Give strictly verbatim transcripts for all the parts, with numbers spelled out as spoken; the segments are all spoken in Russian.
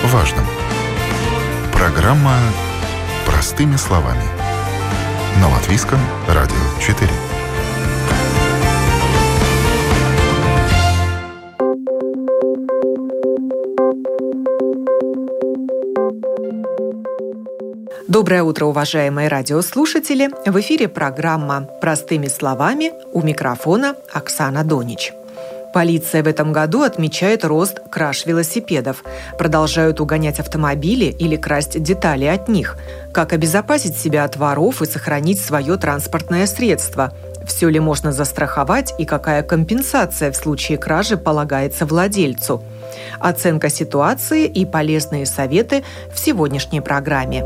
важном. Программа «Простыми словами» на Латвийском радио четыре. Доброе утро, уважаемые радиослушатели! В эфире программа «Простыми словами», у микрофона Оксана Донич. Полиция в этом году отмечает рост краж велосипедов. Продолжают угонять автомобили или красть детали от них. Как обезопасить себя от воров и сохранить свое транспортное средство? Все ли можно застраховать и какая компенсация в случае кражи полагается владельцу? Оценка ситуации и полезные советы в сегодняшней программе.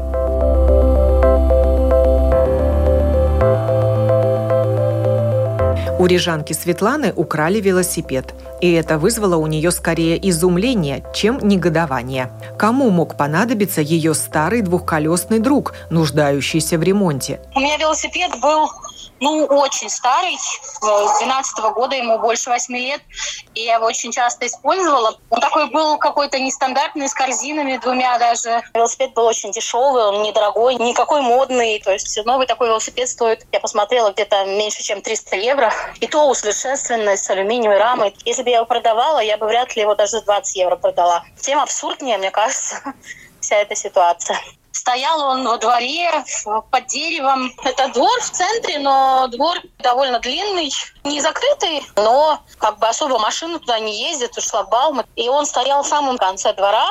У рижанки Светланы украли велосипед, и это вызвало у нее скорее изумление, чем негодование. Кому мог понадобиться ее старый двухколесный друг, нуждающийся в ремонте? У меня велосипед был, ну, очень старый, с двенадцатого года, ему больше восьми лет, и я его очень часто использовала. Он такой был какой-то нестандартный, с корзинами двумя даже. Велосипед был очень дешевый, он недорогой, никакой модный, то есть новый такой велосипед стоит, я посмотрела, где-то меньше, чем триста евро, и то усовершенствованный, с алюминиевой рамой. Если бы я его продавала, я бы вряд ли его даже за двадцать евро продала. Тем абсурднее, мне кажется, вся эта ситуация. Стоял он во дворе, под деревом. Это двор в центре, но двор довольно длинный, не закрытый, но как бы особо машины туда не ездят, уж шлагбаум. И он стоял в самом конце двора,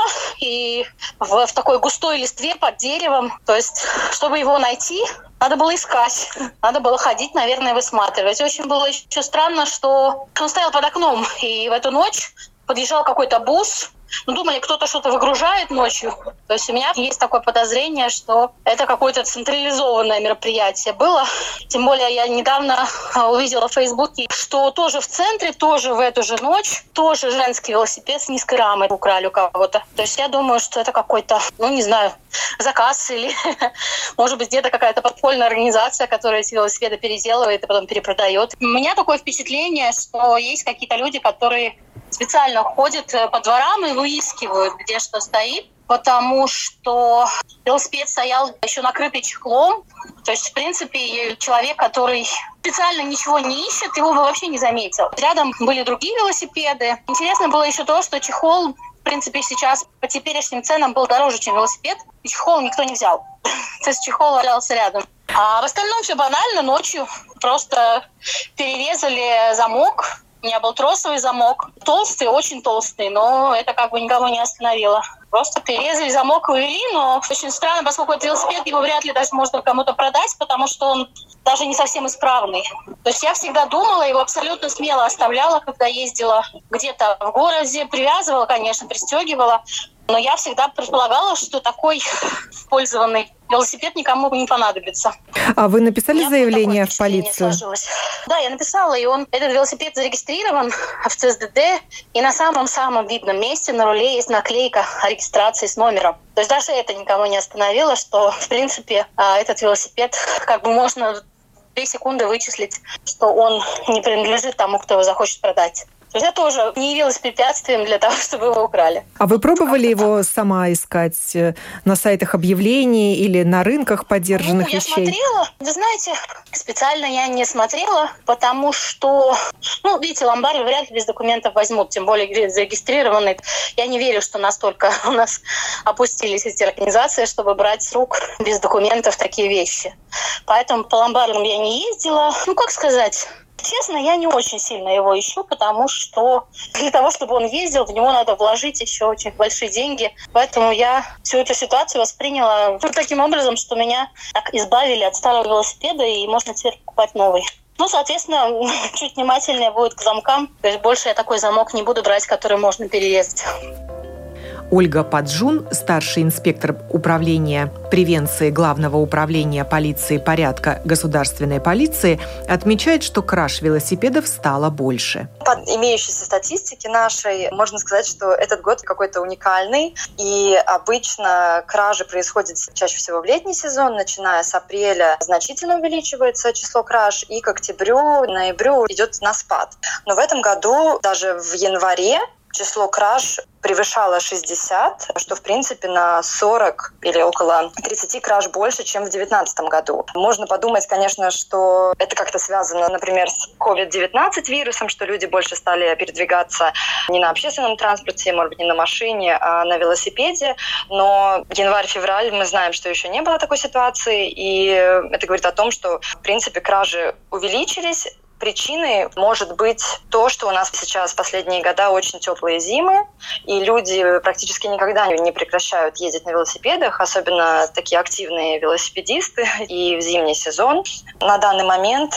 и в, в такой густой листве под деревом. То есть, чтобы его найти, надо было искать. Надо было ходить, наверное, высматривать. Очень было еще странно, что он стоял под окном, и в эту ночь подъезжал какой-то бус. Ну, думали, кто-то что-то выгружает ночью. То есть у меня есть такое подозрение, что это какое-то централизованное мероприятие было. Тем более я недавно увидела в Фейсбуке, что тоже в центре, тоже в эту же ночь, тоже женский велосипед с низкой рамой украли у кого-то. То есть я думаю, что это какой-то, ну, не знаю, заказ или, может быть, где-то какая-то подпольная организация, которая эти велосипеды переделывает и потом перепродает. У меня такое впечатление, что есть какие-то люди, которые специально ходят по дворам и выискивают, где что стоит, потому что велосипед стоял еще накрытый чехлом. То есть, в принципе, человек, который специально ничего не ищет, его бы вообще не заметил. Рядом были другие велосипеды. Интересно было еще то, что чехол, в принципе, сейчас по теперешним ценам был дороже, чем велосипед. И чехол никто не взял. То есть чехол валялся рядом. А в остальном все банально. Ночью просто перерезали замок. У меня был тросовый замок, толстый, очень толстый, но это как бы никого не остановило. Просто перерезали замок и увели, но очень странно, поскольку этот велосипед, его вряд ли даже можно кому-то продать, потому что он даже не совсем исправный. То есть я всегда думала, его абсолютно смело оставляла, когда ездила где-то в городе, привязывала, конечно, пристегивала, но я всегда предполагала, что такой использованный велосипед никому не понадобится. А вы написали заявление в полицию? Сложилось. Да, я написала, и он, этот велосипед зарегистрирован в ЦСДД, и на самом-самом видном месте на руле есть наклейка о регистрации с номером. То есть даже это никого не остановило, что, в принципе, этот велосипед как бы можно в две секунды вычислить, что он не принадлежит тому, кто его захочет продать. То есть это тоже не явилось препятствием для того, чтобы его украли. А вы пробовали его сама искать на сайтах объявлений или на рынках подержанных ну, я вещей? Я смотрела. Вы знаете, специально я не смотрела, потому что, ну, видите, ломбарды вряд ли без документов возьмут, тем более зарегистрированный. Я не верю, что настолько у нас опустились эти организации, чтобы брать с рук без документов такие вещи. Поэтому по ломбардам я не ездила. Ну, как сказать... Честно, я не очень сильно его ищу, потому что для того, чтобы он ездил, в него надо вложить еще очень большие деньги. Поэтому я всю эту ситуацию восприняла ну, таким образом, что меня так избавили от старого велосипеда, и можно теперь покупать новый. Ну, соответственно, чуть внимательнее будет к замкам. То есть больше я такой замок не буду брать, который можно перерезать. Ольга Паджун, старший инспектор управления превенции Главного управления полиции порядка государственной полиции, отмечает, что краж велосипедов стало больше. По имеющейся статистике нашей можно сказать, что этот год какой-то уникальный. И обычно кражи происходят чаще всего в летний сезон. Начиная с апреля значительно увеличивается число краж, и к октябрю, ноябрю идет на спад. Но в этом году даже в январе число краж превышало шестьдесят, что, в принципе, на сорок или около тридцати краж больше, чем в две тысячи девятнадцатом году. Можно подумать, конечно, что это как-то связано, например, с ковид девятнадцать вирусом, что люди больше стали передвигаться не на общественном транспорте, может быть, не на машине, а на велосипеде. Но январь-февраль мы знаем, что еще не было такой ситуации, и это говорит о том, что, в принципе, кражи увеличились. Причиной может быть то, что у нас сейчас в последние года очень теплые зимы, и люди практически никогда не прекращают ездить на велосипедах, особенно такие активные велосипедисты и в зимний сезон. На данный момент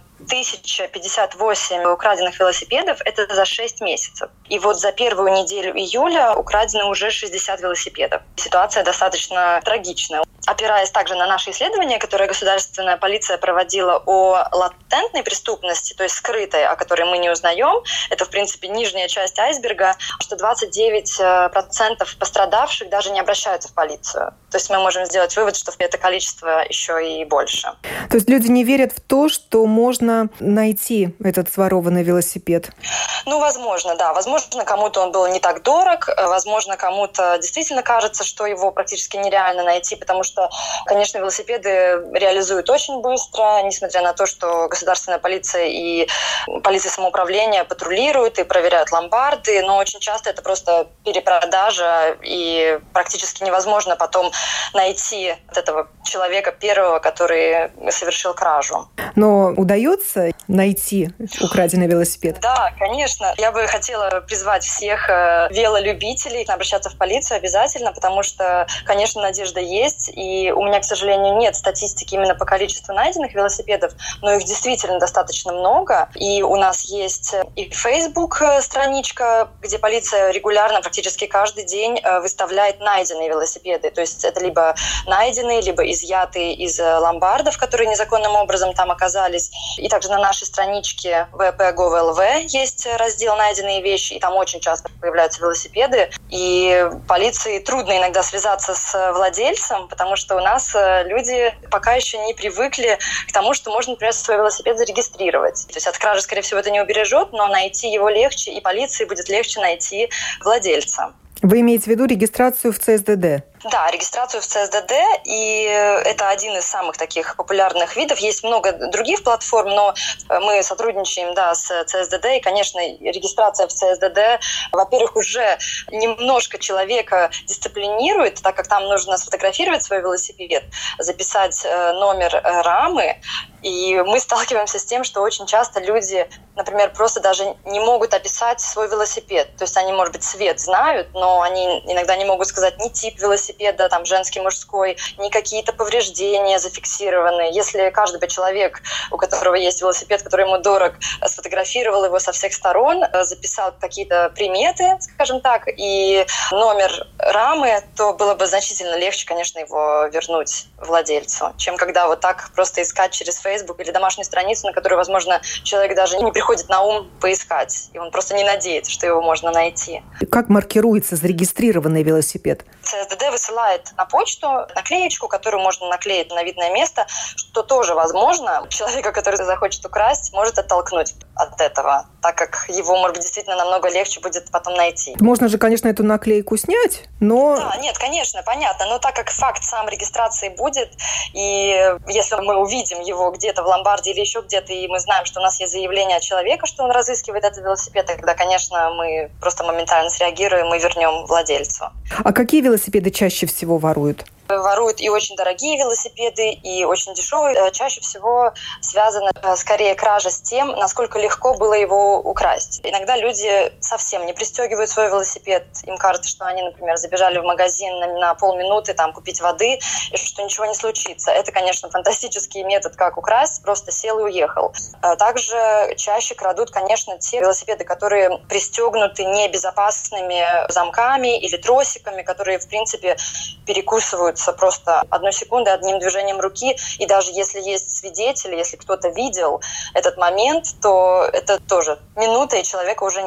тысяча пятьдесят восемь украденных велосипедов – это за шесть месяцев. И вот за первую неделю июля украдено уже шестьдесят велосипедов. Ситуация достаточно трагичная. Опираясь также на наши исследования, которые государственная полиция проводила о латентной преступности, то есть скрытой, о которой мы не узнаем, это, в принципе, нижняя часть айсберга, что двадцать девять процентов пострадавших даже не обращаются в полицию. То есть мы можем сделать вывод, что это количество еще и больше. То есть люди не верят в то, что можно найти этот сворованный велосипед? Ну, возможно, да. Возможно, кому-то он был не так дорог, возможно, кому-то действительно кажется, что его практически нереально найти, потому что, конечно, велосипеды реализуют очень быстро, несмотря на то, что государственная полиция и полиция самоуправления патрулируют и проверяют ломбарды, но очень часто это просто перепродажа, и практически невозможно потом найти этого человека первого, который совершил кражу. Но удается найти украденный велосипед? Да, конечно. Я бы хотела призвать всех велолюбителей обращаться в полицию обязательно, потому что, конечно, надежда есть. И у меня, к сожалению, нет статистики именно по количеству найденных велосипедов, но их действительно достаточно много. И у нас есть и Facebook страничка, где полиция регулярно, практически каждый день выставляет найденные велосипеды. То есть это либо найденные, либо изъятые из ломбардов, которые незаконным образом там оказались. И также на нашей страничке вэ пэ точка гов точка эл ви есть раздел «Найденные вещи», и там очень часто появляются велосипеды. И полиции трудно иногда связаться с владельцем, потому что у нас люди пока еще не привыкли к тому, что можно, например, свой велосипед зарегистрировать. То есть от кражи, скорее всего, это не убережет, но найти его легче, и полиции будет легче найти владельца. Вы имеете в виду регистрацию в цэ эс дэ дэ? Да, регистрацию в цэ эс дэ дэ, и это один из самых таких популярных видов. Есть много других платформ, но мы сотрудничаем, да, с цэ эс дэ дэ, и, конечно, регистрация в цэ эс дэ дэ, во-первых, уже немножко человека дисциплинирует, так как там нужно сфотографировать свой велосипед, записать номер рамы, и мы сталкиваемся с тем, что очень часто люди, например, просто даже не могут описать свой велосипед. То есть они, может быть, цвет знают, но они иногда не могут сказать ни тип велосипеда, там, женский, мужской, ни какие-то повреждения зафиксированы. Если каждый бы человек, у которого есть велосипед, который ему дорог, сфотографировал его со всех сторон, записал какие-то приметы, скажем так, и номер рамы, то было бы значительно легче, конечно, его вернуть владельцу, чем когда вот так просто искать через Facebook или домашнюю страницу, на которую, возможно, человек даже не приходит на ум поискать, и он просто не надеется, что его можно найти. Как маркируется зарегистрированный велосипед? цэ эс дэ дэ высылает на почту наклеечку, которую можно наклеить на видное место, что тоже, возможно, человека, который захочет украсть, может оттолкнуть от этого, так как его, может быть, действительно намного легче будет потом найти. Можно же, конечно, эту наклейку снять, но... Да, нет, конечно, понятно, но так как факт сам регистрации будет, и если мы увидим его где-то в ломбарде или еще где-то, и мы знаем, что у нас есть заявление от человека, что он разыскивает этот велосипед, тогда, конечно, мы просто моментально среагируем и вернем владельцу. А какие велосипеды чаще всего воруют? Воруют и очень дорогие велосипеды, и очень дешевые. Чаще всего связано скорее кража с тем, насколько легко было его украсть. Иногда люди совсем не пристегивают свой велосипед. Им кажется, что они, например, забежали в магазин на, на полминуты там, купить воды, и что ничего не случится. Это, конечно, фантастический метод, как украсть, просто сел и уехал. Также чаще крадут, конечно, те велосипеды, которые пристегнуты небезопасными замками или тросиками, которые, в принципе, перекусывают просто одну секунду одним движением руки. И даже если есть свидетели, если кто-то видел этот момент, то это тоже минута, и человека уже нет.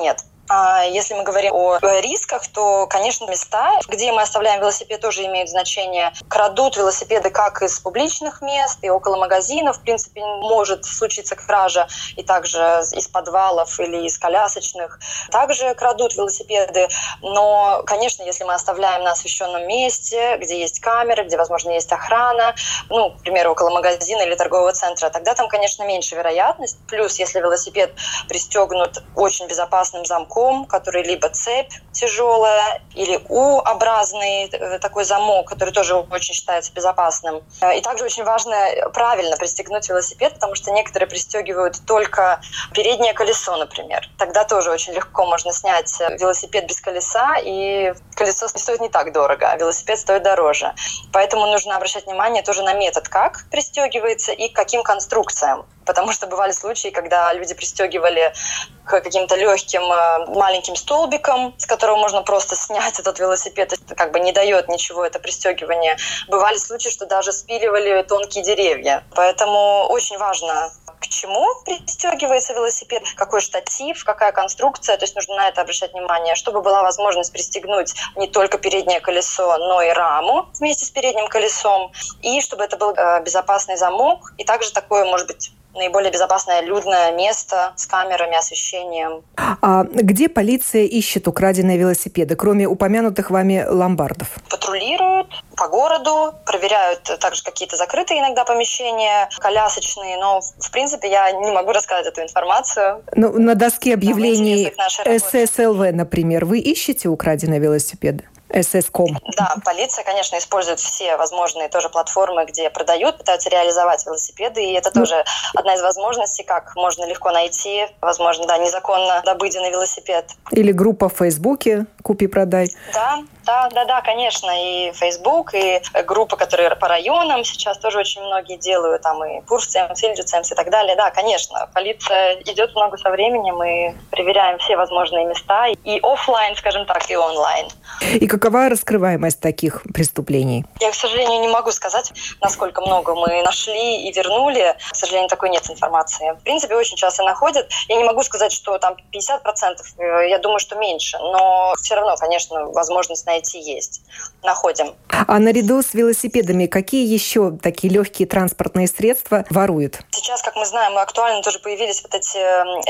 А если мы говорим о рисках, то, конечно, места, где мы оставляем велосипед, тоже имеют значение. Крадут велосипеды как из публичных мест и около магазинов. В принципе, может случиться кража и также из подвалов или из колясочных. Также крадут велосипеды. Но, конечно, если мы оставляем на освещенном месте, где есть камеры, где, возможно, есть охрана, ну, к примеру, около магазина или торгового центра, тогда там, конечно, меньше вероятность. Плюс, если велосипед пристегнут очень безопасным замком, который либо цепь тяжелая, или У-образный такой замок, который тоже очень считается безопасным. И также очень важно правильно пристегнуть велосипед, потому что некоторые пристегивают только переднее колесо, например. Тогда тоже очень легко можно снять велосипед без колеса, и колесо стоит не так дорого, а велосипед стоит дороже. Поэтому нужно обращать внимание тоже на метод, как пристегивается и к каким конструкциям. Потому что бывали случаи, когда люди пристегивали к каким-то легким маленьким столбикам, с которого можно просто снять этот велосипед. Это как бы не дает ничего, это пристегивание. Бывали случаи, что даже спиливали тонкие деревья. Поэтому очень важно, к чему пристегивается велосипед, какой штатив, какая конструкция. То есть нужно на это обращать внимание, чтобы была возможность пристегнуть не только переднее колесо, но и раму вместе с передним колесом. И чтобы это был безопасный замок. И также такое, может быть, наиболее безопасное людное место с камерами, освещением. А где полиция ищет украденные велосипеды, кроме упомянутых вами ломбардов? Патрулируют по городу, проверяют также какие-то закрытые иногда помещения, колясочные, но, в принципе, я не могу рассказать эту информацию. Ну, на доске объявлений эс эс эл вэ, например, вы ищете украденные велосипеды? эс эс точка ком. Да, полиция, конечно, использует все возможные тоже платформы, где продают, пытаются реализовать велосипеды, и это ну, тоже одна из возможностей, как можно легко найти, возможно, да, незаконно добытый велосипед. Или группа в Фейсбуке «Купи-продай». Да, да, да, да, конечно, и Facebook, и группы, которые по районам сейчас тоже очень многие делают, там и Пурсцемс, Ильдюцемс и так далее. Да, конечно, полиция идет много со временем, мы проверяем все возможные места, и офлайн, скажем так, и онлайн. И какова раскрываемость таких преступлений? Я, к сожалению, не могу сказать, насколько много мы нашли и вернули. К сожалению, такой нет информации. В принципе, очень часто находят. Я не могу сказать, что там пятьдесят процентов, я думаю, что меньше, но все равно, конечно, возможность найти есть. Находим. А наряду с велосипедами какие еще такие легкие транспортные средства воруют? Сейчас, как мы знаем, актуально тоже появились вот эти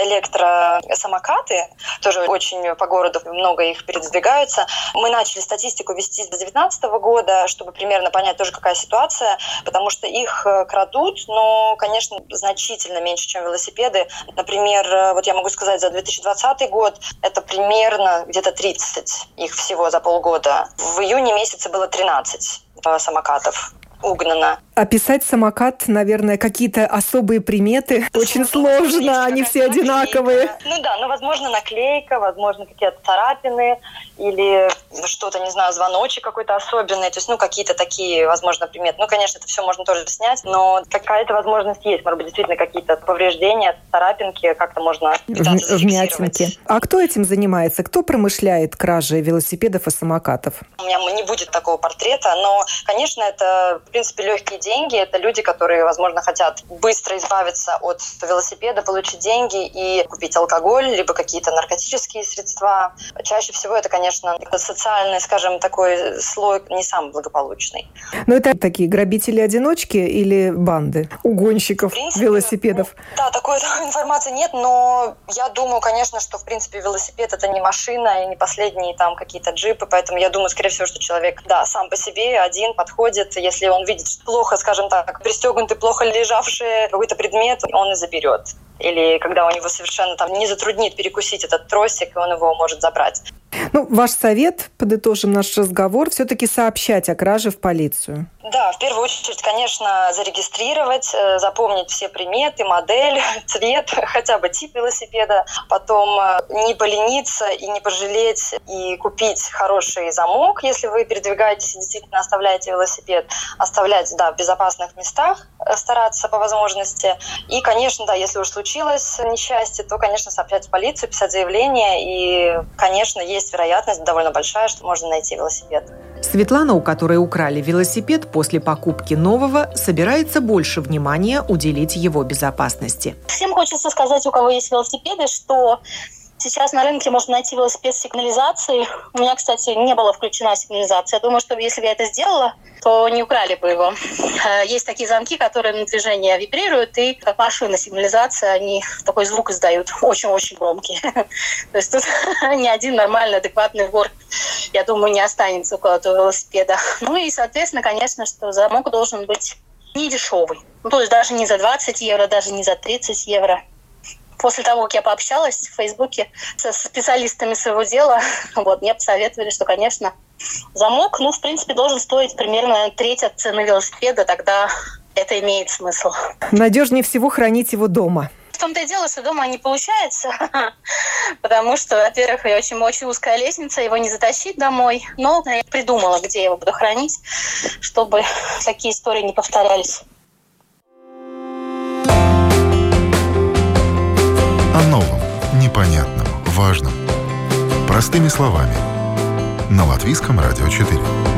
электросамокаты. Тоже очень по городу много их передвигаются. Мы начали статистику вести с две тысячи девятнадцатого года, чтобы примерно понять тоже, какая ситуация, потому что их крадут, но, конечно, значительно меньше, чем велосипеды. Например, вот я могу сказать, за две тысячи двадцатый год это примерно где-то тридцать их всего за полгода. В июне месяце было тринадцать самокатов угнано. Описать самокат, наверное, какие-то особые приметы. Очень сложно, они все одинаковые. Ну да, ну, возможно, наклейка, возможно, какие-то царапины или что-то, не знаю, звоночек какой-то особенный. То есть, ну, какие-то такие, возможно, приметы. Ну, конечно, это все можно тоже снять, но какая-то возможность есть. Может быть, действительно какие-то повреждения, царапинки, как-то можно пытаться зафиксировать. Вмятинки. А кто этим занимается? Кто промышляет кражей велосипедов и самокатов? У меня не будет такого портрета, но, конечно, это, в принципе, легкие деньги. Это люди, которые, возможно, хотят быстро избавиться от велосипеда, получить деньги и купить алкоголь, либо какие-то наркотические средства. Чаще всего это, конечно, социальный, скажем, такой слой не самый благополучный. Но это такие грабители-одиночки или банды угонщиков, в принципе, велосипедов? Да, такой, такой информации нет, но я думаю, конечно, что, в принципе, велосипед — это не машина и не последние там какие-то джипы, поэтому я думаю, скорее всего, что человек, да, сам по себе один подходит, если он видит плохо, скажем так, пристегнутый, плохо лежавший какой-то предмет, он и заберет. Или когда у него совершенно там не затруднит перекусить этот тросик, и он его может забрать. Ну, ваш совет, подытожим наш разговор, все-таки сообщать о краже в полицию. Да, в первую очередь, конечно, зарегистрировать, запомнить все приметы, модель, цвет, хотя бы тип велосипеда. Потом не полениться и не пожалеть и купить хороший замок, если вы передвигаетесь и действительно оставляете велосипед. Оставлять, да, в безопасных местах, стараться по возможности. И, конечно, да, если уж случилось несчастье, то, конечно, сообщать в полицию, писать заявление. И, конечно, есть вероятность довольно большая, что можно найти велосипед. Светлана, у которой украли велосипед, после покупки нового собирается больше внимания уделить его безопасности. Всем хочется сказать, у кого есть велосипеды, что Сейчас на рынке можно найти велосипед с сигнализацией. У меня, кстати, не была включена сигнализация. Я думаю, что если бы я это сделала, то не украли бы его. Есть такие замки, которые на движение вибрируют, и как машина сигнализация, они такой звук издают, очень-очень громкий. То есть тут ни один нормальный, адекватный вор, я думаю, не останется около этого велосипеда. Ну и, соответственно, конечно, что замок должен быть не дешевый. Ну, то есть даже не за двадцать евро, даже не за тридцать евро. После того, как я пообщалась в Фейсбуке со специалистами своего дела, вот, мне посоветовали, что, конечно, замок, ну, в принципе, должен стоить примерно треть от цены велосипеда, тогда это имеет смысл. Надежнее всего хранить его дома. В том-то и дело, что дома не получается, потому что, во-первых, очень, очень узкая лестница, его не затащить домой. Но я придумала, где я его буду хранить, чтобы такие истории не повторялись. О новом, непонятном, важном. Простыми словами. На Латвийском радио четыре.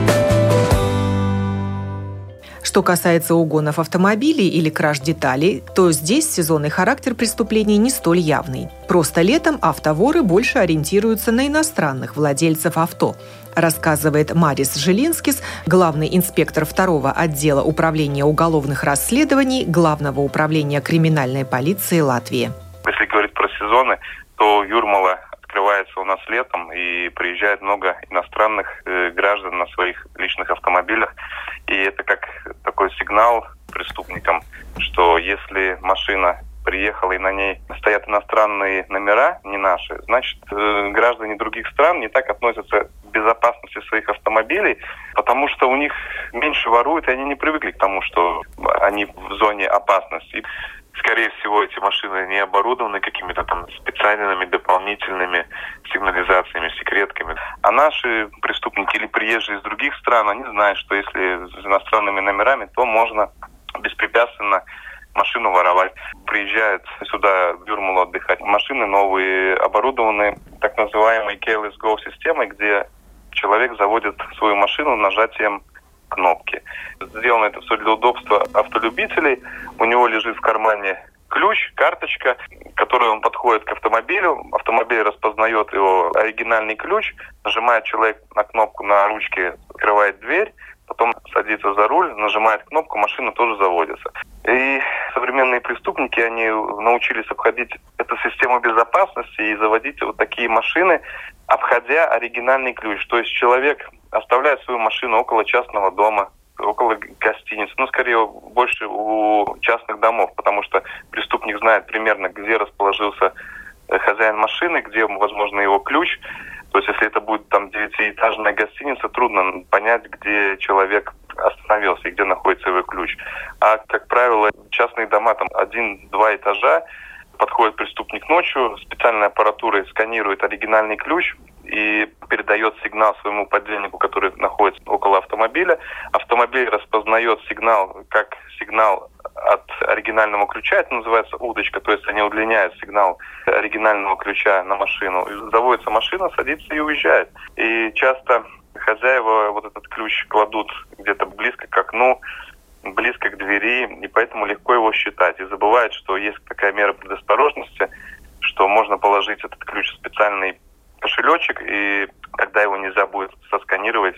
Что касается угонов автомобилей или краж деталей, то здесь сезонный характер преступлений не столь явный. Просто летом автоворы больше ориентируются на иностранных владельцев авто, рассказывает Марис Жилинскис, главный инспектор второго отдела управления уголовных расследований Главного управления криминальной полиции Латвии. Если говорить про сезоны, то Юрмала открывается у нас летом, и приезжает много иностранных э, граждан на своих личных автомобилях. И это как такой сигнал преступникам, что если машина приехала и на ней стоят иностранные номера, не наши, значит, э, граждане других стран не так относятся к безопасности своих автомобилей, потому что у них меньше воруют, и они не привыкли к тому, что они в зоне опасности. Скорее всего, эти машины не оборудованы какими-то там специальными дополнительными сигнализациями, секретками. А наши преступники или приезжие из других стран, они знают, что если с иностранными номерами, то можно беспрепятственно машину воровать. Приезжают сюда в Юрмалу отдыхать. Машины новые, оборудованы так называемой Keyless Go системой, где человек заводит свою машину нажатием кнопки. Сделано это все для удобства автолюбителей. У него лежит в кармане ключ, карточка, которой он подходит к автомобилю. Автомобиль распознает его оригинальный ключ, нажимает человек на кнопку на ручке, открывает дверь, потом садится за руль, нажимает кнопку, машина тоже заводится. И современные преступники, они научились обходить эту систему безопасности и заводить вот такие машины, обходя оригинальный ключ. То есть человек оставляет свою машину около частного дома, около гостиницы, ну, скорее, больше у частных домов, потому что преступник знает примерно, где расположился хозяин машины, где, возможно, его ключ. То есть, если это будет там девятиэтажная гостиница, трудно понять, где человек остановился и где находится его ключ. А, как правило, частные дома, там, один-два этажа, подходит преступник ночью, специальной аппаратурой сканирует оригинальный ключ и передает сигнал своему подельнику, который находится около автомобиля. Автомобиль распознает сигнал как сигнал от оригинального ключа, это называется удочка, то есть они удлиняют сигнал оригинального ключа на машину. И заводится машина, садится и уезжает. И часто хозяева вот этот ключ кладут где-то близко к окну, близко к двери, и поэтому легко его считать. И забывают, что есть такая мера предосторожности, что можно положить этот ключ в специальный кошелечек, и тогда его нельзя будет сосканировать,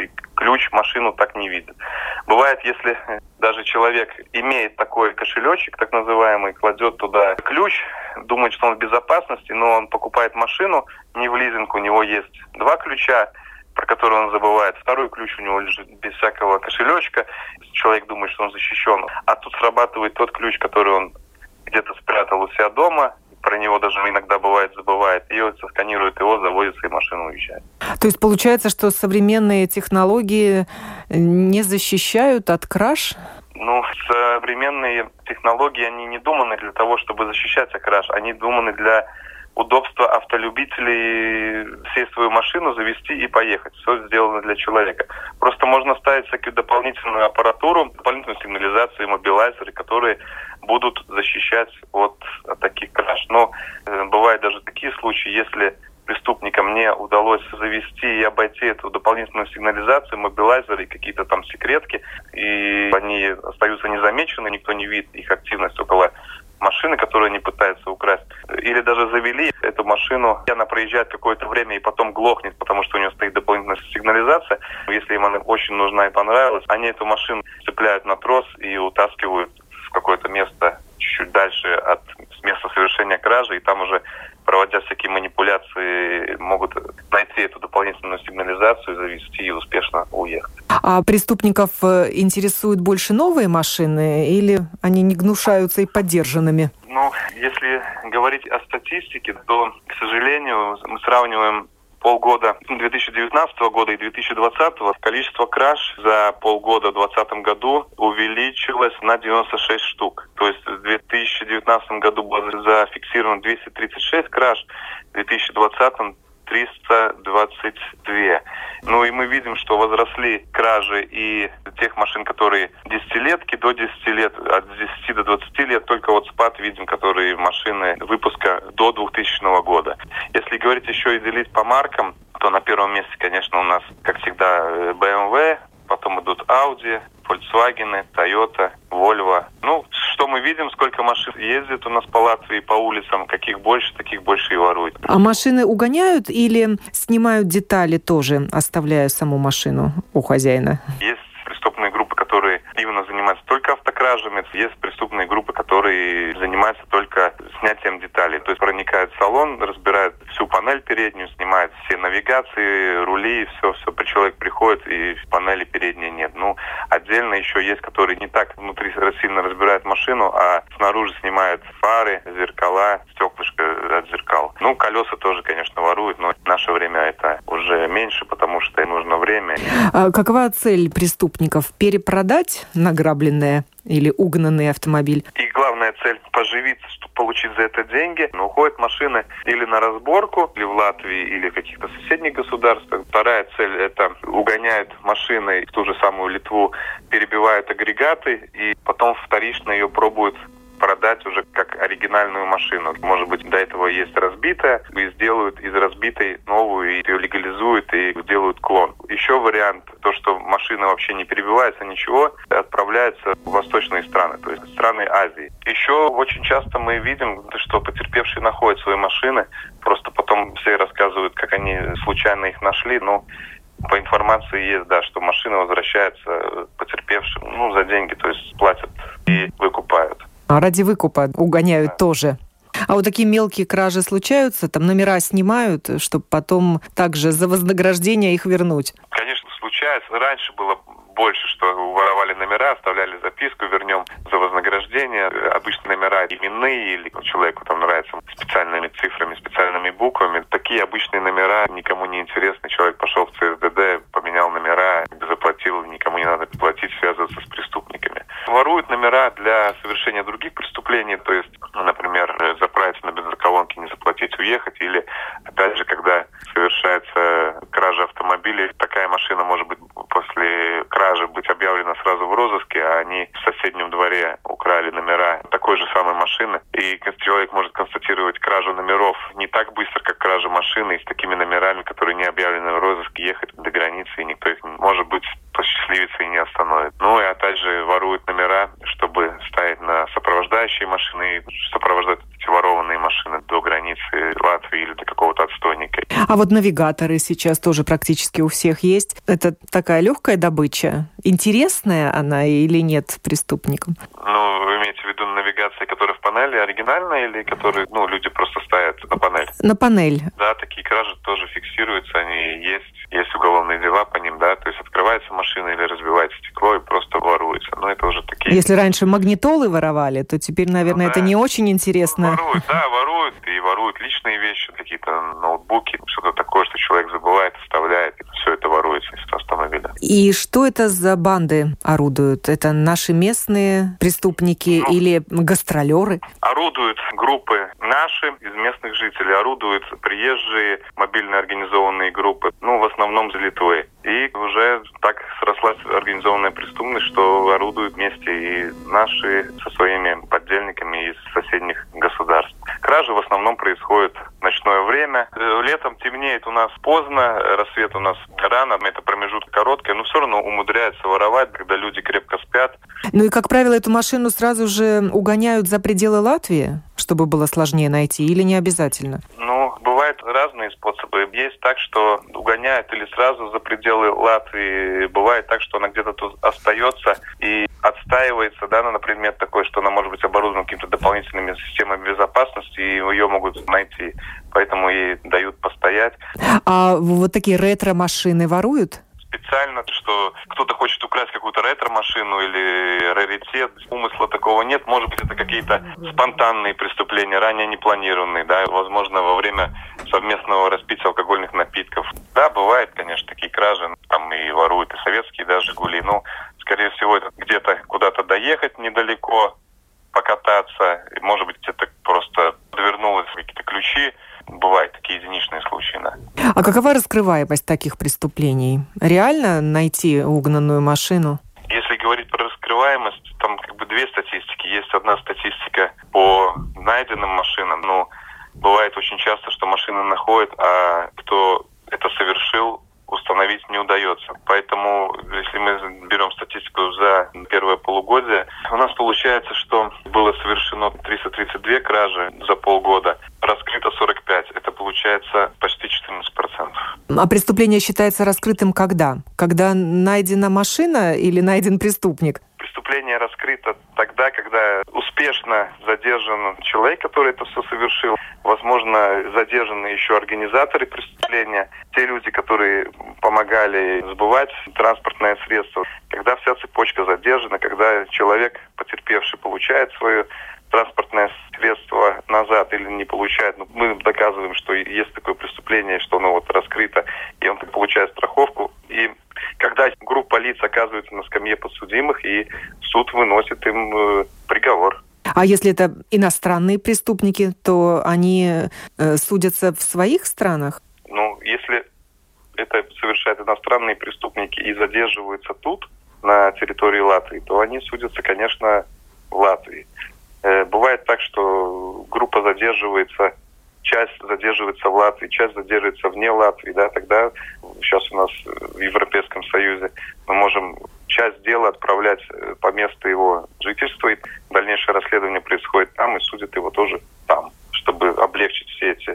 ключ машину так не видит. Бывает, если даже человек имеет такой кошелечек, так называемый, кладет туда ключ, думает, что он в безопасности, но он покупает машину, не в лизинг, у него есть два ключа, про которые он забывает. Второй ключ у него лежит без всякого кошелечка. Человек думает, что он защищен. А тут срабатывает тот ключ, который он где-то спрятал у себя дома, про него даже иногда бывает забывает, и вот сосканирует его, заводится и машина уезжает. То есть получается, что современные технологии не защищают от краж? Ну, современные технологии, они не думаны для того, чтобы защищать от краж, они думаны для удобства автолюбителей сесть в свою машину, завести и поехать. Все сделано для человека. Просто можно ставить всякую дополнительную аппаратуру, дополнительную сигнализацию, мобилайзеры, которые будут защищать от, от таких краж. Но э, бывают даже такие случаи, если преступникам не удалось завести и обойти эту дополнительную сигнализацию, мобилайзеры, какие-то там секретки, и они остаются незамечены, никто не видит их активность около машины, которую они пытаются украсть. Или даже завели эту машину, она проезжает какое-то время и потом глохнет, потому что у нее стоит дополнительная сигнализация. Если им она очень нужна и понравилась, они эту машину цепляют на трос и утаскивают в какое-то место чуть-чуть дальше от места совершения кражи, и там уже, проводя всякие манипуляции, могут найти эту дополнительную сигнализацию, завести и успешно уехать. А преступников интересуют больше новые машины или они не гнушаются и подержанными? Ну, если говорить о статистике, то, к сожалению, мы сравниваем полгода две тысячи девятнадцатого года и две тысячи двадцатого. Количество краж за полгода в две тысячи двадцатом году увеличилось на девяносто шесть штук. То есть в две тысячи девятнадцатом году было зафиксировано двести тридцать шесть краж, в две тысячи двадцатом триста двадцать два. Ну и мы видим, что возросли кражи и тех машин, которые десятилетки до десяти лет, от десяти до двадцати лет, только вот спад видим, которые машины выпуска до двухтысячного года. Если говорить еще и делить по маркам, то на первом месте, конечно, у нас, как всегда, бэ эм вэ, потом идут Audi, Volkswagen, Toyota, Volvo. Ну, что мы видим, сколько машин ездит у нас по Латвии, по улицам, каких больше, таких больше и воруют. А машины угоняют или снимают детали тоже, оставляя саму машину у хозяина? Есть преступные группы, которые именно занимаются только автокражами. Есть преступные группы, которые занимаются только снятием деталей. То есть проникают в салон, разбирают всю панель переднюю, снимают все навигации, рули, все, все. Человек приходит, и в панели передней нет. Ну, отдельно еще есть, которые не так внутри сильно разбирают машину, а снаружи снимают фары, зеркала, стеклышко от зеркал. Ну, колеса тоже, конечно, воруют, но в наше время это уже меньше, потому что им нужно время. А какова цель преступников? Перепродать награбленное или угнанный автомобиль? И главная цель – поживиться, чтобы получить за это деньги. Но уходят машины или на разборку, или в Латвии, или в каких-то соседних государствах. Вторая цель – это угоняют машины в ту же самую Литву, перебивают агрегаты, и потом вторично ее пробуют продать уже как оригинальную машину. Может быть, до этого есть разбитая, и сделают из разбитой новую, и ее легализуют, и делают клон. Еще вариант, то, что машина вообще не перебивается, ничего, отправляется в восточные страны, то есть страны Азии. Еще очень часто мы видим, что потерпевшие находят свои машины, просто потом все рассказывают, как они случайно их нашли, но по информации есть, да, что машина возвращается потерпевшим, ну, за деньги, то есть платят и выкупают. А ради выкупа угоняют, да, тоже. А вот такие мелкие кражи случаются? Там номера снимают, чтобы потом также за вознаграждение их вернуть? Конечно, случается. Раньше было больше, что воровали номера, оставляли записку, вернем за вознаграждение. Обычно номера именные, или человеку там нравится специальными цифрами, специальными буквами. Такие обычные номера никому не интересны. Человек пошел в цэ эс дэ дэ, поменял номера, заплатил, никому не надо платить, связываться с преступниками. Воруют номера для совершения других преступлений, то есть, например, заправиться на бензоколонке, не заплатить, уехать, или, опять же, когда совершается кража автомобилей, такая машина может быть после кражи быть объявлена сразу в розыске, а они в соседнем дворе украли номера такой же самой машины, и человек может констатировать кражу номеров не так быстро, как кража машины, и с такими номерами, которые не объявлены в розыске, ехать до границы, и никто их, может быть, посчастливится и не остановит. Ну и опять же воруют номера, чтобы ставить на сопровождающие машины и сопровождать эти ворованные машины до границы Латвии или до какого-то отстойника. А вот навигаторы сейчас тоже практически у всех есть. Это такая легкая добыча. Интересная она или нет преступникам? Ну, вы имеете в виду навигация, которая в панели, оригинальная, или которые, ну, люди просто ставят на панель? На панель. Да, такие кражи тоже фиксируются, они есть. Есть уголовные дела по ним, да, то есть открывается машина или разбивается стекло и просто воруется. Но это уже такие... Если раньше магнитолы воровали, то теперь, наверное, ну, да, это не очень интересно. Воруют, да, воруют, и воруют личные вещи, какие-то ноутбуки, что-то такое, что человек забывает, оставляет, и все это воруется из автомобиля. И что это за банды орудуют? Это наши местные преступники, ну, или гастролеры? Орудуют группы наши, из местных жителей, орудуют приезжие мобильные организованные группы, ну, в основном за Литвой. И уже так срослась организованная преступность, что орудуют вместе и наши со своими подельниками из соседних государств. Кражи в основном происходят в ночное время. Летом темнеет у нас поздно, рассвет у нас рано, это промежуток короткий, но все равно умудряются воровать, когда люди крепко спят. Ну и, как правило, эту машину сразу же угоняют за пределы Латвии, чтобы было сложнее найти, или не обязательно? Ну, Бывают разные способы. Есть так, что угоняют или сразу за пределы Латвии. Бывает так, что она где-то тут остается и отстаивается, да, на предмет такой, что она может быть оборудована какими-то дополнительными системами безопасности, и ее могут найти. Поэтому ей дают постоять. А вот такие ретро-машины воруют? Специально, что кто-то хочет украсть какую-то ретро-машину или раритет, умысла такого нет. Может быть, это какие-то спонтанные преступления, ранее не планированные, да, возможно, во время совместного распития алкогольных напитков. Да, бывает, конечно, такие кражи, там и воруют и советские даже «Жигули», но, скорее всего, это где-то куда-то доехать недалеко, покататься, и, может быть, где-то просто довернулось какие-то ключи. Бывают такие единичные случаи, да. А какова раскрываемость таких преступлений? Реально найти угнанную машину? Если говорить про раскрываемость, там как бы две статистики. Есть одна статистика по найденным машинам. Но бывает очень часто, что машины находят, а кто это совершил, установить не удается. Поэтому, если мы берем статистику за первое полугодие, у нас получается, что было совершено триста тридцать две кражи за полгода, раскрыто сорок пять. Это получается почти четырнадцать процентов. А преступление считается раскрытым когда? Когда найдена машина или найден преступник? Преступление раскрыто тогда, когда успешно задержан человек, который это все совершил. Возможно, задержаны еще организаторы преступления, те люди, которые помогали сбывать транспортное средство. Когда вся цепочка задержана, когда человек, потерпевший, получает свое транспортное средство назад или не получает, но мы доказываем, что есть такое преступление, что оно вот раскрыто, и он получает страховку. И когда группа лиц оказывается на скамье подсудимых, и суд выносит им э, приговор. А если это иностранные преступники, то они э, судятся в своих странах? Ну, если это совершают иностранные преступники и задерживаются тут, на территории Латвии, то они судятся, конечно, в Латвии. Э, бывает так, что группа задерживается, часть задерживается в Латвии, часть задерживается вне Латвии, да, тогда сейчас у нас в Европейском Союзе мы можем часть дела отправлять по месту его жительства, и дальнейшее расследование происходит там, и судят его тоже там, чтобы облегчить все эти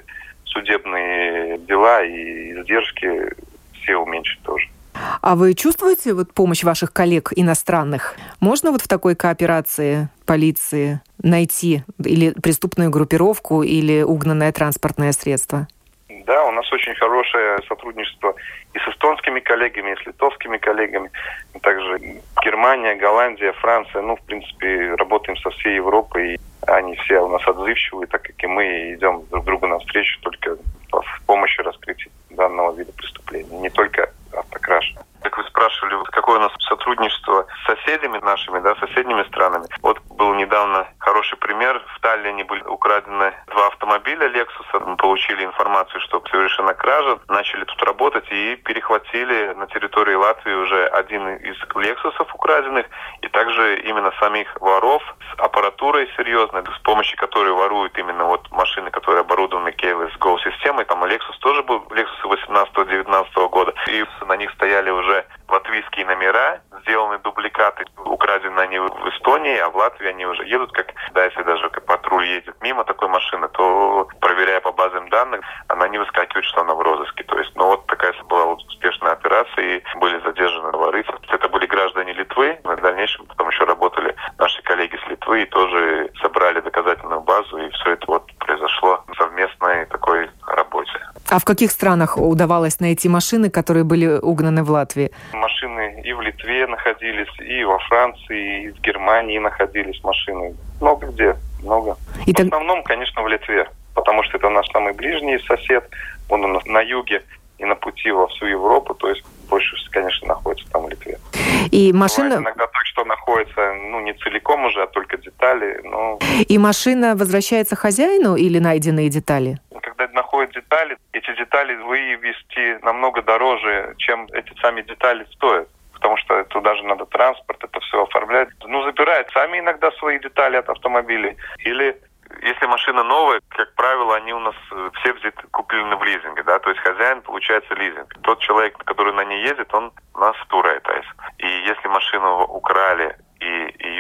судебные дела и издержки все уменьшить тоже. А вы чувствуете вот помощь ваших коллег иностранных? Можно вот в такой кооперации полиции найти или преступную группировку, или угнанное транспортное средство? Да, у нас очень хорошее сотрудничество и с эстонскими коллегами, и с литовскими коллегами. Также Германия, Голландия, Франция. Ну, в принципе, работаем со всей Европой. И они все у нас отзывчивые, так как и мы идем друг другу навстречу только в помощи раскрытия данного вида преступления. Не только автокраж. Как вы спрашивали, какое у нас сотрудничество с соседями нашими, да, соседними странами. Вот был недавно хороший пример. В Таллине были украдены два автомобиля Lexus. Мы получили информацию, что совершена кража. Начали тут работать и перехватили на территории Латвии уже один из Lexus'ов украденных. И также именно самих воров с аппаратурой серьезной, с помощью которой воруют именно вот машины, которые оборудованы Keyless Go системой. Там и Lexus тоже был, Lexus восемнадцатого-девятнадцатого года. И на них стояли уже латвийские номера, сделаны дубликаты, украдены они в Эстонии, а в Латвии они уже едут, как, да, если даже патруль едет мимо такой машины, то, проверяя по базам данных, она не выскакивает, что она в розыске. То есть, ну вот такая была вот успешная операция, и были задержаны воры. Это были граждане Литвы, в дальнейшем потом еще работали наши коллеги с Литвы, и тоже собрали доказательную базу, и все это вот произошло в совместной такой работе. А в каких странах удавалось найти машины, которые были угнаны в Латвии? Машины и в Литве находились, и во Франции, и в Германии находились машины. Много где, много. И в так... основном, конечно, в Литве, потому что это наш самый ближний сосед. Он у нас на юге и на пути во всю Европу, то есть больше, конечно, находится там в Литве. И машина... Бывает иногда так, что находится, ну, не целиком уже, а только детали, но... И машина возвращается хозяину или найденные детали? Когда находят детали, эти детали вывести намного дороже, чем эти сами детали стоят. Потому что туда же надо транспорт, это все оформлять. Ну, забирают сами иногда свои детали от автомобилей. Или, если машина новая, как правило, они у нас все взяты, куплены в лизинге, да, то есть хозяин получается лизинг. Тот человек, который на ней ездит, он у нас турайтайс. И если машину украли и ее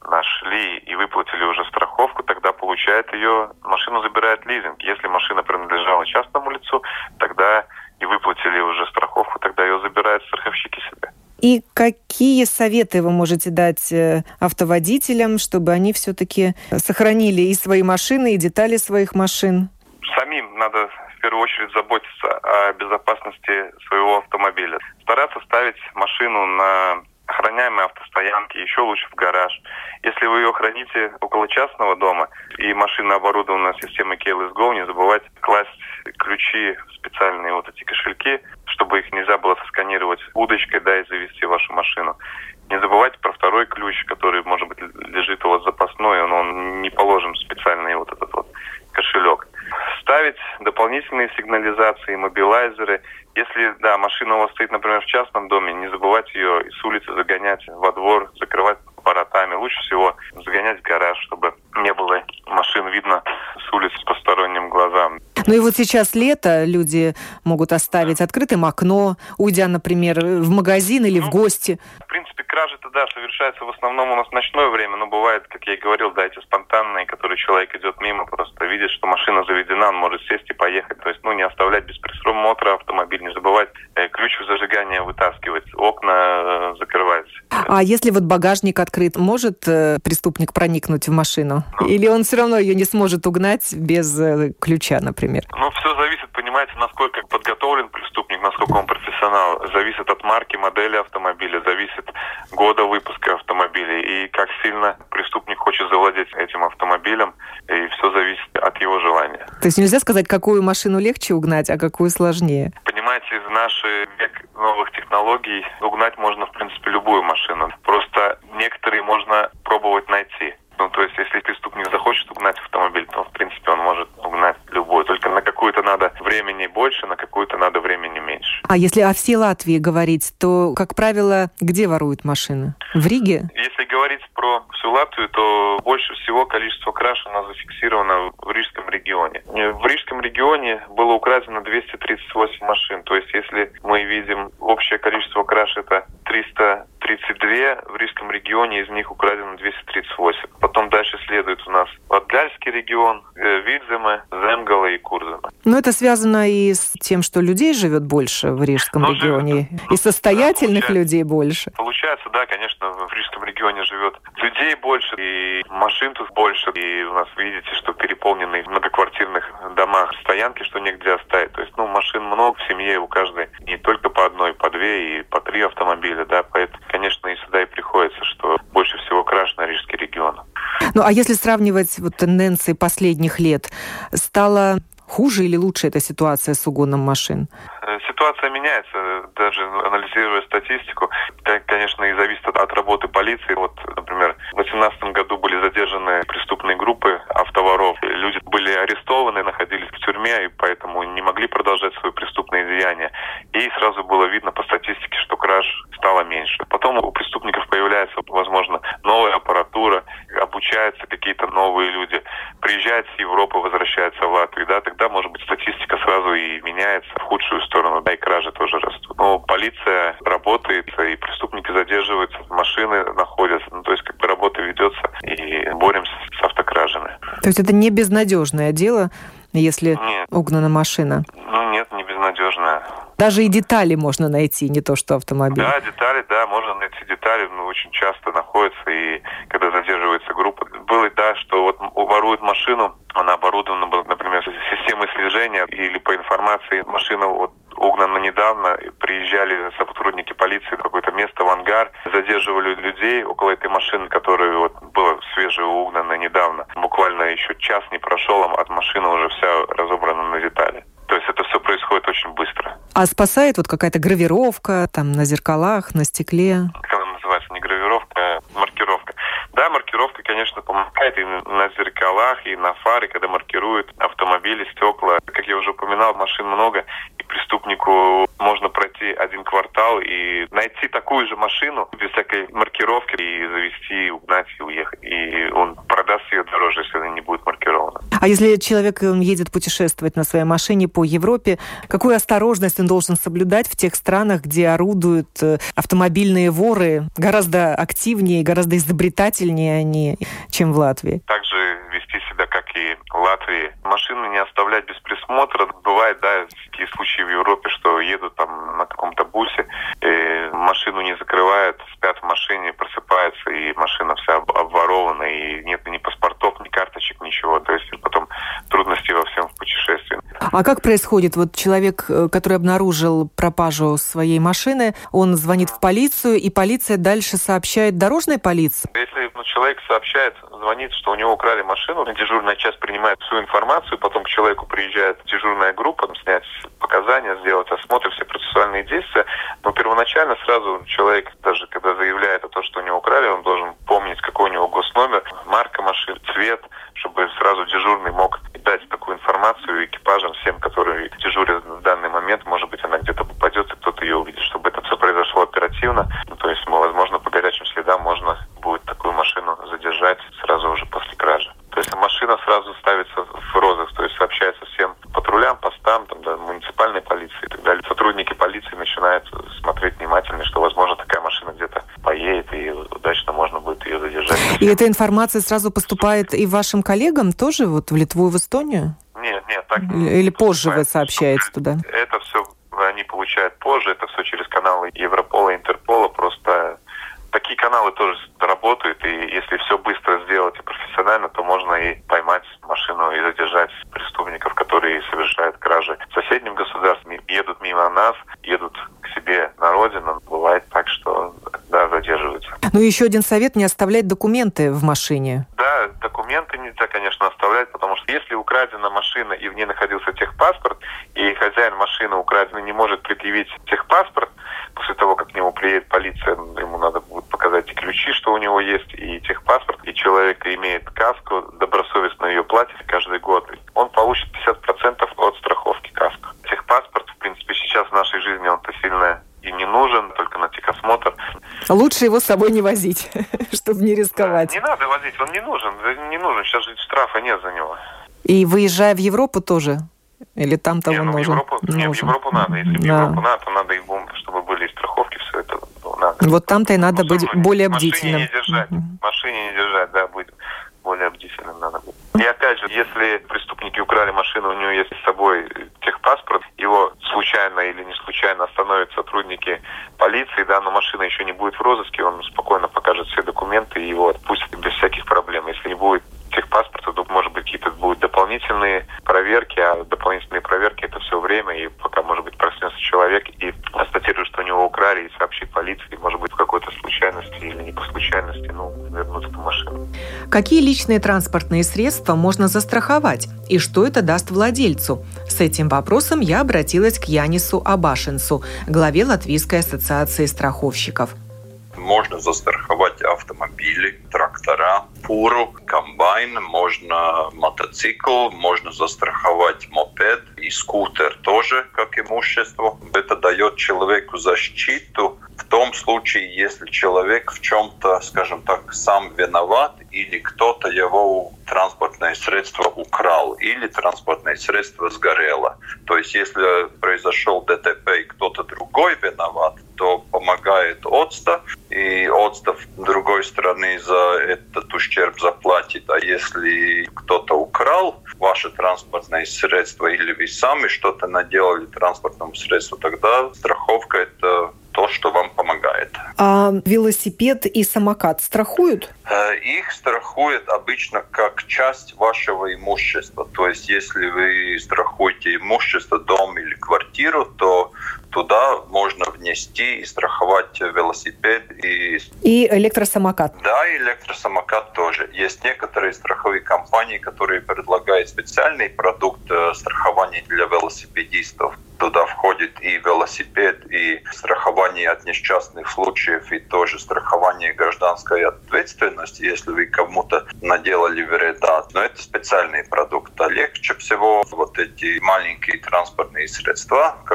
нашли и выплатили уже страховку, тогда получает ее, машину забирает лизинг. Если машина принадлежала частному лицу, тогда и выплатили уже страховку, тогда ее забирают страховщики себе. И какие советы вы можете дать автоводителям, чтобы они все-таки сохранили и свои машины, и детали своих машин? Самим надо в первую очередь заботиться о безопасности своего автомобиля. Стараться ставить машину на охраняемой автостоянке, еще лучше в гараж. Если вы ее храните около частного дома и машина оборудована системой Keyless Go, не забывайте класть ключи в специальные вот эти кошельки, чтобы их нельзя было сосканировать удочкой, да, и завести вашу машину. Не забывайте про второй ключ, который, может быть, лежит у вас запасной, но он не положен в специальный вот этот вот кошелек. Ставить дополнительные сигнализации, мобилайзеры. Если, да, машина у вас стоит, например, в частном доме, не забывайте ее с улицы загонять во двор, закрывать воротами. Лучше всего загонять в гараж, чтобы не было машин видно с улицы посторонним глазам. Ну и вот сейчас лето, люди могут оставить открытым окно, уйдя, например, в магазин или ну, в гости. В принципе, кражи-то, да, совершаются в основном у нас в ночное время, но бывает, как я и говорил, да, эти спонтанные, которые человек идет мимо, просто видит, что машина заведена, он может сесть и поехать. То есть, ну, не оставлять без присмотра автомобиль, не забывать э, ключ в зажигание вытаскивать, окна э, закрывать. А если вот багажник открыт, может э, преступник проникнуть в машину? Ну, или он все равно ее не сможет угнать без э, ключа, например? Ну, все зависит, понимаете, насколько подготовлен преступник, насколько он профессионал. Зависит от марки, модели автомобиля, зависит года выпуска автомобиля и как сильно преступник хочет завладеть этим автомобилем, и все зависит от его желания. То есть нельзя сказать, какую машину легче угнать, а какую сложнее? Понимаете, в наш век новых технологий угнать можно, в принципе, любую машину. Просто некоторые можно пробовать найти. Ну, то есть, если преступник захочет угнать автомобиль, то, в принципе, он может угнать любой. Только на какую-то надо времени больше, на какую-то надо времени меньше. А если о всей Латвии говорить, то, как правило, где воруют машины? В Риге? Если говорить про всю Латвию, то больше всего количество краж у нас зафиксировано в Рижском регионе. В Рижском регионе было украдено двести тридцать восемь машин. То есть, если мы видим общее количество краж, это триста тридцать два, в Рижском регионе из них украдено двести тридцать восемь. Потом дальше следует у нас Латгальский регион, Видземе, Земгала и Курземе. Но это связано и с тем, что людей живет больше в Рижском Но регионе, живет, и состоятельных да, людей больше. Получается, да, конечно, в Рижском регионе живет людей больше, и машин тут больше. И у нас, видите, что переполнены в многоквартирных домах стоянки, что негде оставить. То есть, ну, машин много в семье, у каждой не только по одной, по две и по три автомобиля, да, поэтому, конечно, и сюда и приходится, что больше всего краж на Рижский регион. Ну, а если сравнивать вот тенденции последних лет, стало хуже или лучше эта ситуация с угоном машин? Ситуация меняется, даже анализируя статистику. Конечно, и зависит от, от работы полиции. Вот, например, в две тысячи восемнадцатом году были задержаны преступные группы автоворов. Люди были арестованы, находились в тюрьме, и поэтому не могли продолжать свои преступные деяния. И сразу было видно по статистике, что краж стало меньше. Потом у преступников появляется, возможно, новая аппаратура, обучаются какие-то новые люди, приезжают с Европы, возвращаются в Латвию, да, тогда, может быть, статистика сразу и меняется в худшую сторону, да, и кражи тоже растут. Но полиция работает, и преступники задерживаются, машины находятся, ну, то есть, как бы работа ведется, и боремся с автокражами. То есть это не безнадежное дело, если нет. угнана машина? Ну, нет, не безнадежное. Даже и детали можно найти, не то что автомобиль. Да, детали, да, можно найти детали, но очень часто находятся, и когда задерживается группа. Было, да, что вот воруют машину, она оборудована была, например, системой слежения, или по информации машина вот угнана недавно, приезжали сотрудники полиции в какое-то место, в ангар, задерживали людей около этой машины, которая вот была свежая угнана недавно. Буквально еще час не прошел, от машины уже вся разобрана на детали. То есть это все происходит очень быстро. А спасает вот какая-то гравировка там на зеркалах, на стекле? Как она называется? Не гравировка, а маркировка. Да, маркировка, конечно, помогает и на зеркалах, и на фары, когда маркируют автомобили, стекла. Как я уже упоминал, машин много, и преступнику можно пройти один квартал и найти такую же машину без всякой маркировки и завести, угнать и уехать. И он продаст ее дороже, если она не будет маркирована. А если человек едет путешествовать на своей машине по Европе, какую осторожность он должен соблюдать в тех странах, где орудуют автомобильные воры гораздо активнее, гораздо изобретательнее они, чем в Латвии? Также вести себя, как и в Латвии. Машины не оставлять без присмотра. Бывает, да, такие случаи в Европе, что едут там на каком-то бусе, и машину не закрывают, спят в машине, просыпаются, и машина вся обворована, и нет ни паспортов, ни карточек, ничего. То есть потом трудности во всем в путешествии. А как происходит? Вот человек, который обнаружил пропажу своей машины, он звонит в полицию, и полиция дальше сообщает дорожной полиции? Если ну, человек сообщает, звонит, что у него украли машину, дежурная часть принимает всю информацию, потом к человеку приезжает дежурная группа, снять показания, сделать осмотр, все процессуальные действия. Но первоначально сразу человек, даже когда заявляет о том, что у него украли, он должен помнить, какой у него госномер, марка машины, цвет, чтобы сразу дежурный мог дать такую информацию экипажам, всем, которые дежурят в данный момент. Может быть, она где-то попадется, кто-то ее увидит, чтобы это все произошло оперативно. Ну, то есть, возможно, по горячим следам можно будет такую машину задержать сразу уже после кражи. То есть машина сразу ставится в розыск, то есть сообщается всем патрулям, постам, там, да, муниципальной полиции и так далее. Сотрудники полиции начинают смотреть внимательно, что, возможно, такая машина где-то поедет, и удачно можно будет ее задержать. И эта информация сразу поступает и вашим коллегам тоже, вот в Литву и в Эстонию? Нет, нет, так не Или позже вы сообщаете туда? Это все они получают позже, это все через каналы Европола, Интерпола, просто... Такие каналы тоже работают, и если все быстро сделать и профессионально, то можно и поймать машину и задержать преступников, которые совершают кражи в соседнем государстве, едут мимо нас, едут к себе на родину. Бывает так, что да, задерживаются. Ну и еще один совет – не оставлять документы в машине. Да, документы нельзя, конечно, оставлять, потому что если украдена машина и в ней находился техпаспорт, и хозяин машины украденный не может предъявить техпаспорт, после того, как к нему приедет полиция, ему надо будет показать и ключи, что у него есть, и техпаспорт, и человек имеет каску, добросовестно ее платит каждый год, он получит пятьдесят процентов от страховки каско. Техпаспорт, в принципе, сейчас в нашей жизни он-то сильно и не нужен, только на техосмотр. Лучше его с собой не возить, чтобы не рисковать. Да, не надо возить, он не нужен, не нужен, сейчас же штрафа нет за него. И выезжая в Европу тоже? Или там того не, ну, нужен? В Европу, не, в Европу надо. Если в да. Европу надо, то надо, чтобы были страховки, все это надо. Вот там-то и надо быть Особенно более бдительным. Машине не держать, uh-huh. машине не держать, да, будет более бдительным надо будет. И опять же, если преступники украли машину, у него есть с собой техпаспорт, его случайно или не случайно остановят сотрудники полиции, да, но машина еще не будет в розыске, он спокойно покажет все документы и его отпустят без всяких проблем. Если не будет техпаспорта, то, может быть, какие-то будут дополнительные проверки, а дополнительные проверки это все время, и пока, может быть, проснется человек и констатирует, что у него украли, и сообщит полиции, может быть, в какой-то случайности или не по случайности, ну, вернуть эту машину. Какие личные транспортные средства можно застраховать, и что это даст владельцу? С этим вопросом я обратилась к Янису Абашинцу, главе Латвийской ассоциации страховщиков. Можно застраховать автомобили, трактора, фуру, комбайн, можно мотоцикл, можно застраховать мопед и скутер тоже как имущество. Это дает человеку защиту в том случае, если человек в чем-то, скажем так, сам виноват или кто-то его транспортное средство украл или транспортное средство сгорело. То есть если произошел ДТП и кто-то другой виноват, то помогает ОДСТА, и ОДСТА с другой стороны за этот ущерб заплатит. А если кто-то украл ваше транспортное средство или вы сами что-то наделали транспортному средству, тогда страховка – это то, что вам помогает. А велосипед и самокат страхуют? Их страхуют обычно как часть вашего имущества. То есть, если вы страхуете имущество, дом или квартиру, то туда можно внести и страховать велосипед. И, и электросамокат. Да, и электросамокат тоже. Есть некоторые страховые компании, которые предлагают специальный продукт страхования для велосипедистов. Туда входит и велосипед, и страхование от несчастных случаев, и тоже страхование гражданской ответственности, если вы кому-то наделали вреда. Но это специальный продукт. А легче всего вот эти маленькие транспортные средства, как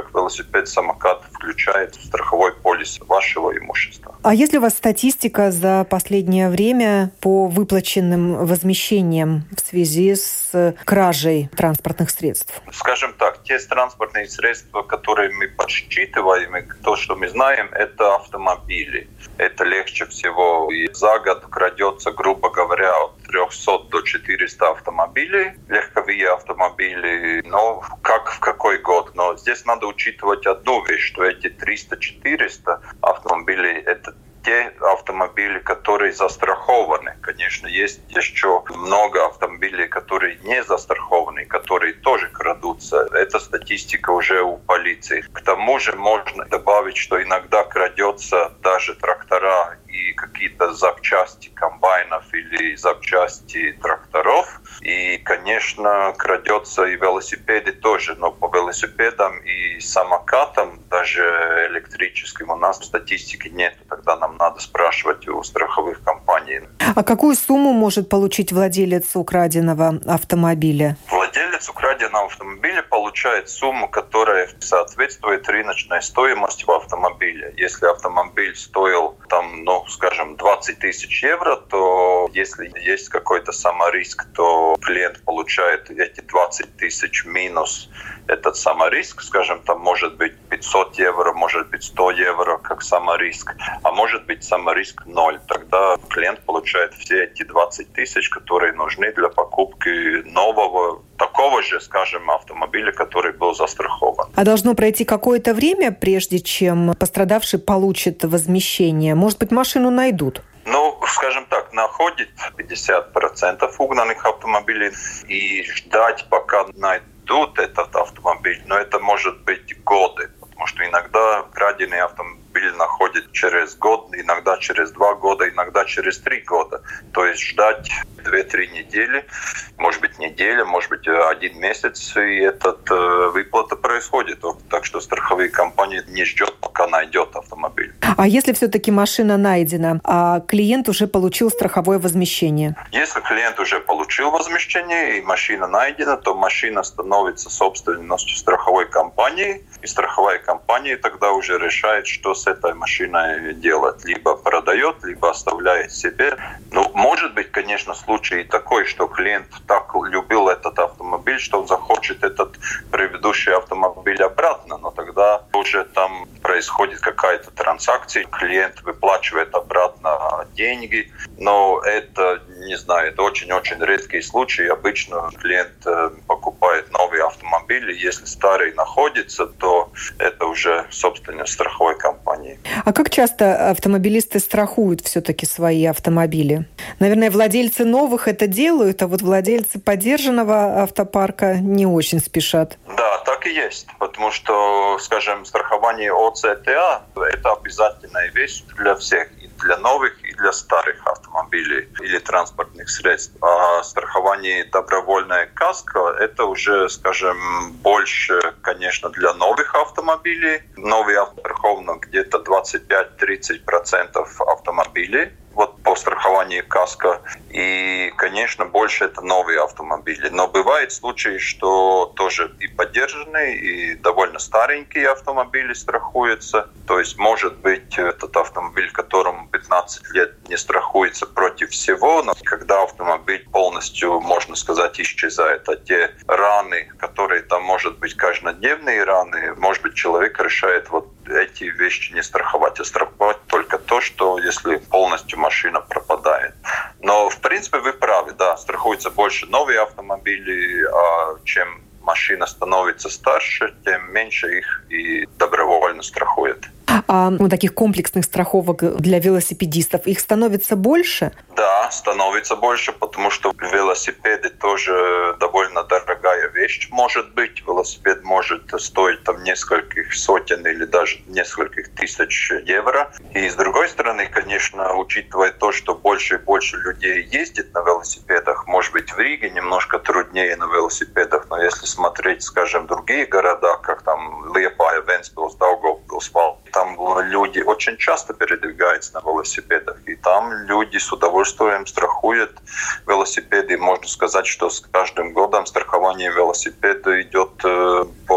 как велосипед, самокат включает в страховой полис вашего имущества. А есть ли у вас статистика за последнее время по выплаченным возмещениям в связи с кражей транспортных средств? Скажем так, те транспортные средства, которые мы подсчитываем, и то, что мы знаем, это автомобили. Это легче всего. И за год крадется, грубо говоря, от трехсот до четырёхсот автомобилей, легковые автомобили. Но как в какой год? Но здесь надо учитывать одну вещь, что эти триста-четыреста автомобилей – это те автомобили, которые застрахованы. Конечно, есть еще много автомобилей, которые не застрахованы, которые тоже крадутся. Это статистика уже у полиции. К тому же можно добавить, что иногда крадется даже трактора и какие-то запчасти комбайнов или запчасти тракторов. И, конечно, крадется и велосипеды тоже. Но по велосипедам и самокатам, даже электрическим, у нас статистики нет. Тогда нам надо спрашивать у страховых компаний. А какую сумму может получить владелец украденного автомобиля? Владелец украденного автомобиля получает сумму, которая соответствует рыночной стоимости автомобиля. Если автомобиль стоил, там, ну, скажем, двадцать тысяч евро, то если есть какой-то самориск, то клиент получает эти двадцать тысяч минус этот самориск. Скажем, там может быть пятьсот евро, может быть сто евро как самориск, а может быть самориск ноль. Тогда клиент получает все эти двадцать тысяч, которые нужны для покупки нового, такого же, скажем, автомобиля, который был застрахован. А должно пройти какое-то время, прежде чем пострадавший получит возмещение? Может быть, машину найдут? Ну, скажем так, находит пятьдесят процентов угнанных автомобилей и ждать, пока найдут этот автомобиль, но это может быть годы, потому что иногда краденый автомобиль находят через год, иногда через два года, иногда через три года. То есть ждать две-три недели, может быть неделя, может быть один месяц, и эта э, выплата происходит. Так что страховые компании не ждет, пока найдет автомобиль. А если все-таки машина найдена, а клиент уже получил страховое возмещение? Если клиент уже получил возмещение и машина найдена, то машина становится собственностью страховой компании, и страховая компания тогда уже решает, что с этой машиной делать. Либо продает, либо оставляет себе. Ну, может быть, конечно, случай такой, что клиент так любил этот автомобиль, что он захочет этот предыдущий автомобиль обратно, но тогда уже там происходит какая-то транзакция, клиент выплачивает обратно деньги, но это, не знаю, это очень-очень редкий случай. Обычно клиент покупает новый автомобиль, и если старый находится, то это уже собственность страховой компании. А как часто автомобилисты страхуют все-таки свои автомобили? Наверное, владельцы новых это делают, а вот владельцы подержанного автопарка не очень спешат. Да, так и есть, потому что, скажем, страхование о цэ тэ а – это обязательная вещь для всех, и для новых, и для старых автомобилей или транспортных средств. А страхование добровольная каска – это уже, скажем, больше, конечно, для новых автомобилей. Новые автострахованы где-то двадцать пять-тридцать процентов автомобилей. Вот по страхованию каска. И, конечно, больше это новые автомобили. Но бывают случаи, что тоже и подержанные, и довольно старенькие автомобили страхуются. То есть, может быть, этот автомобиль, которому пятнадцать лет не страхуется против всего, но когда автомобиль полностью, можно сказать, исчезает, а те раны, которые там, может быть, каждодневные раны, может быть, человек решает вот эти вещи не страховать, а страховать только то, что если полностью машина пропадает. Но, в принципе, вы правы, да, страхуются больше новые автомобили, а чем машина становится старше, тем меньше их и добровольно страхуют. А ну, таких комплексных страховок для велосипедистов, их становится больше? Да, становится больше, потому что велосипеды тоже довольно дорогая вещь может быть. Велосипед может стоить там нескольких сотен или даже нескольких тысяч евро. И с другой стороны, конечно, учитывая то, что больше и больше людей ездит на велосипедах, может быть, в Риге немножко труднее на велосипедах, но если смотреть, скажем, другие города, как там Liepāja, Ventspils, Daugavpils, там люди очень часто передвигаются на велосипедах, и там люди с удовольствием страхуют велосипеды. Можно сказать, что с каждым годом страхование велосипеда идет по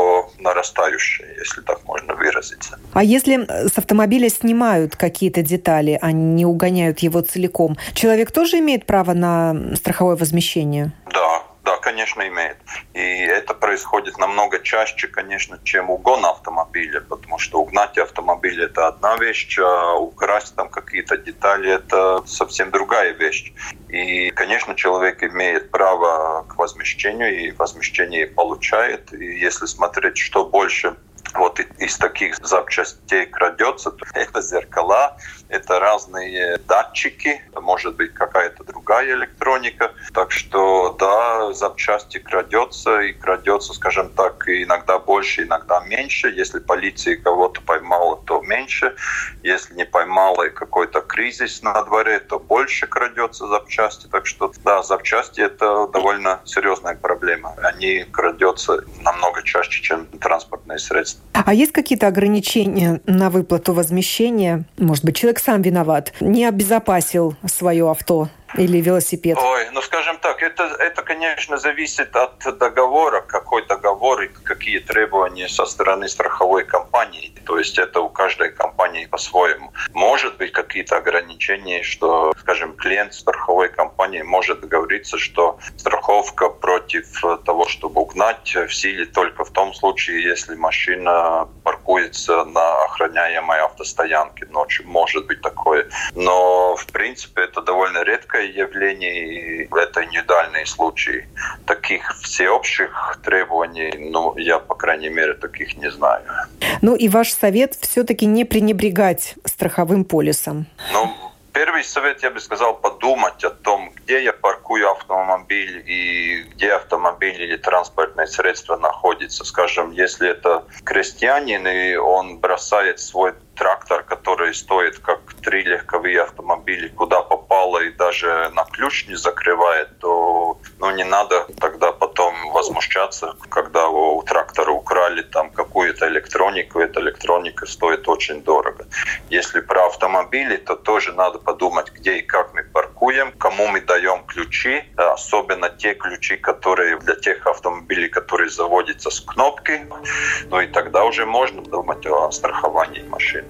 нарастающая, если так можно выразиться. А если с автомобиля снимают какие-то детали, а не угоняют его целиком, человек тоже имеет право на страховое возмещение? Да. Да, конечно, имеет. И это происходит намного чаще, конечно, чем угон автомобиля, потому что угнать автомобиль – это одна вещь, а украсть там какие-то детали – это совсем другая вещь. И, конечно, человек имеет право к возмещению, и возмещение получает. И если смотреть, что больше вот из таких запчастей крадется, то это зеркала, это разные датчики, может быть какая-то другая электроника. Так что да, запчасти крадется и крадется, скажем так, иногда больше, иногда меньше. Если полиция кого-то поймала, то меньше. Если не поймала и какой-то кризис на дворе, то больше крадется запчасти. Так что да, запчасти это довольно серьезная проблема. Они крадется намного чаще, чем транспортные средства. А есть какие-то ограничения на выплату возмещения? Может быть, человек сам виноват, не обезопасил свое авто или велосипед? Ой, ну скажем так, это, это, конечно, зависит от договора, какой договор и какие требования со стороны страховой компании. То есть это у каждой компании по-своему. Может быть какие-то ограничения, что, скажем, клиент страховой компании может договориться, что страховка против того, чтобы угнать, в силе только в том случае, если машина паркуется на охраняемой автостоянке ночью. Может быть такое. Но, в принципе, это довольно редкое явление, и это индивидуальные случаи. Таких всеобщих требований, ну, я, по крайней мере, таких не знаю. Ну и ваш совет все-таки не пренебрегать страховым полисом. Ну, первый совет, я бы сказал, подумать о том, где я паркую автомобиль и где автомобиль или транспортное средство находится. Скажем, если это крестьянин, и он бросает свой трактор, который стоит как три легковые автомобиля, куда попало и даже на ключ не закрывает, то ну, не надо тогда потом возмущаться, когда у трактора украли там какую-то электронику, эта электроника стоит очень дорого. Если про автомобили, то тоже надо подумать, где и как мы паркуем, кому мы даем ключи, особенно те ключи, которые для тех автомобилей, которые заводятся с кнопки, ну и тогда уже можно думать о страховании машины.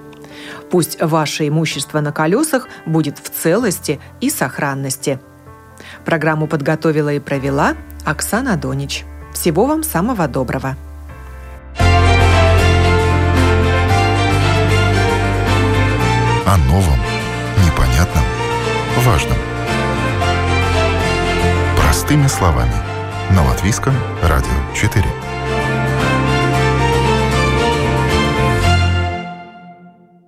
Пусть ваше имущество на колесах будет в целости и сохранности. Программу подготовила и провела Оксана Донич. Всего вам самого доброго. О новом, непонятном, важном. Простыми словами. На Латвийском радио четыре.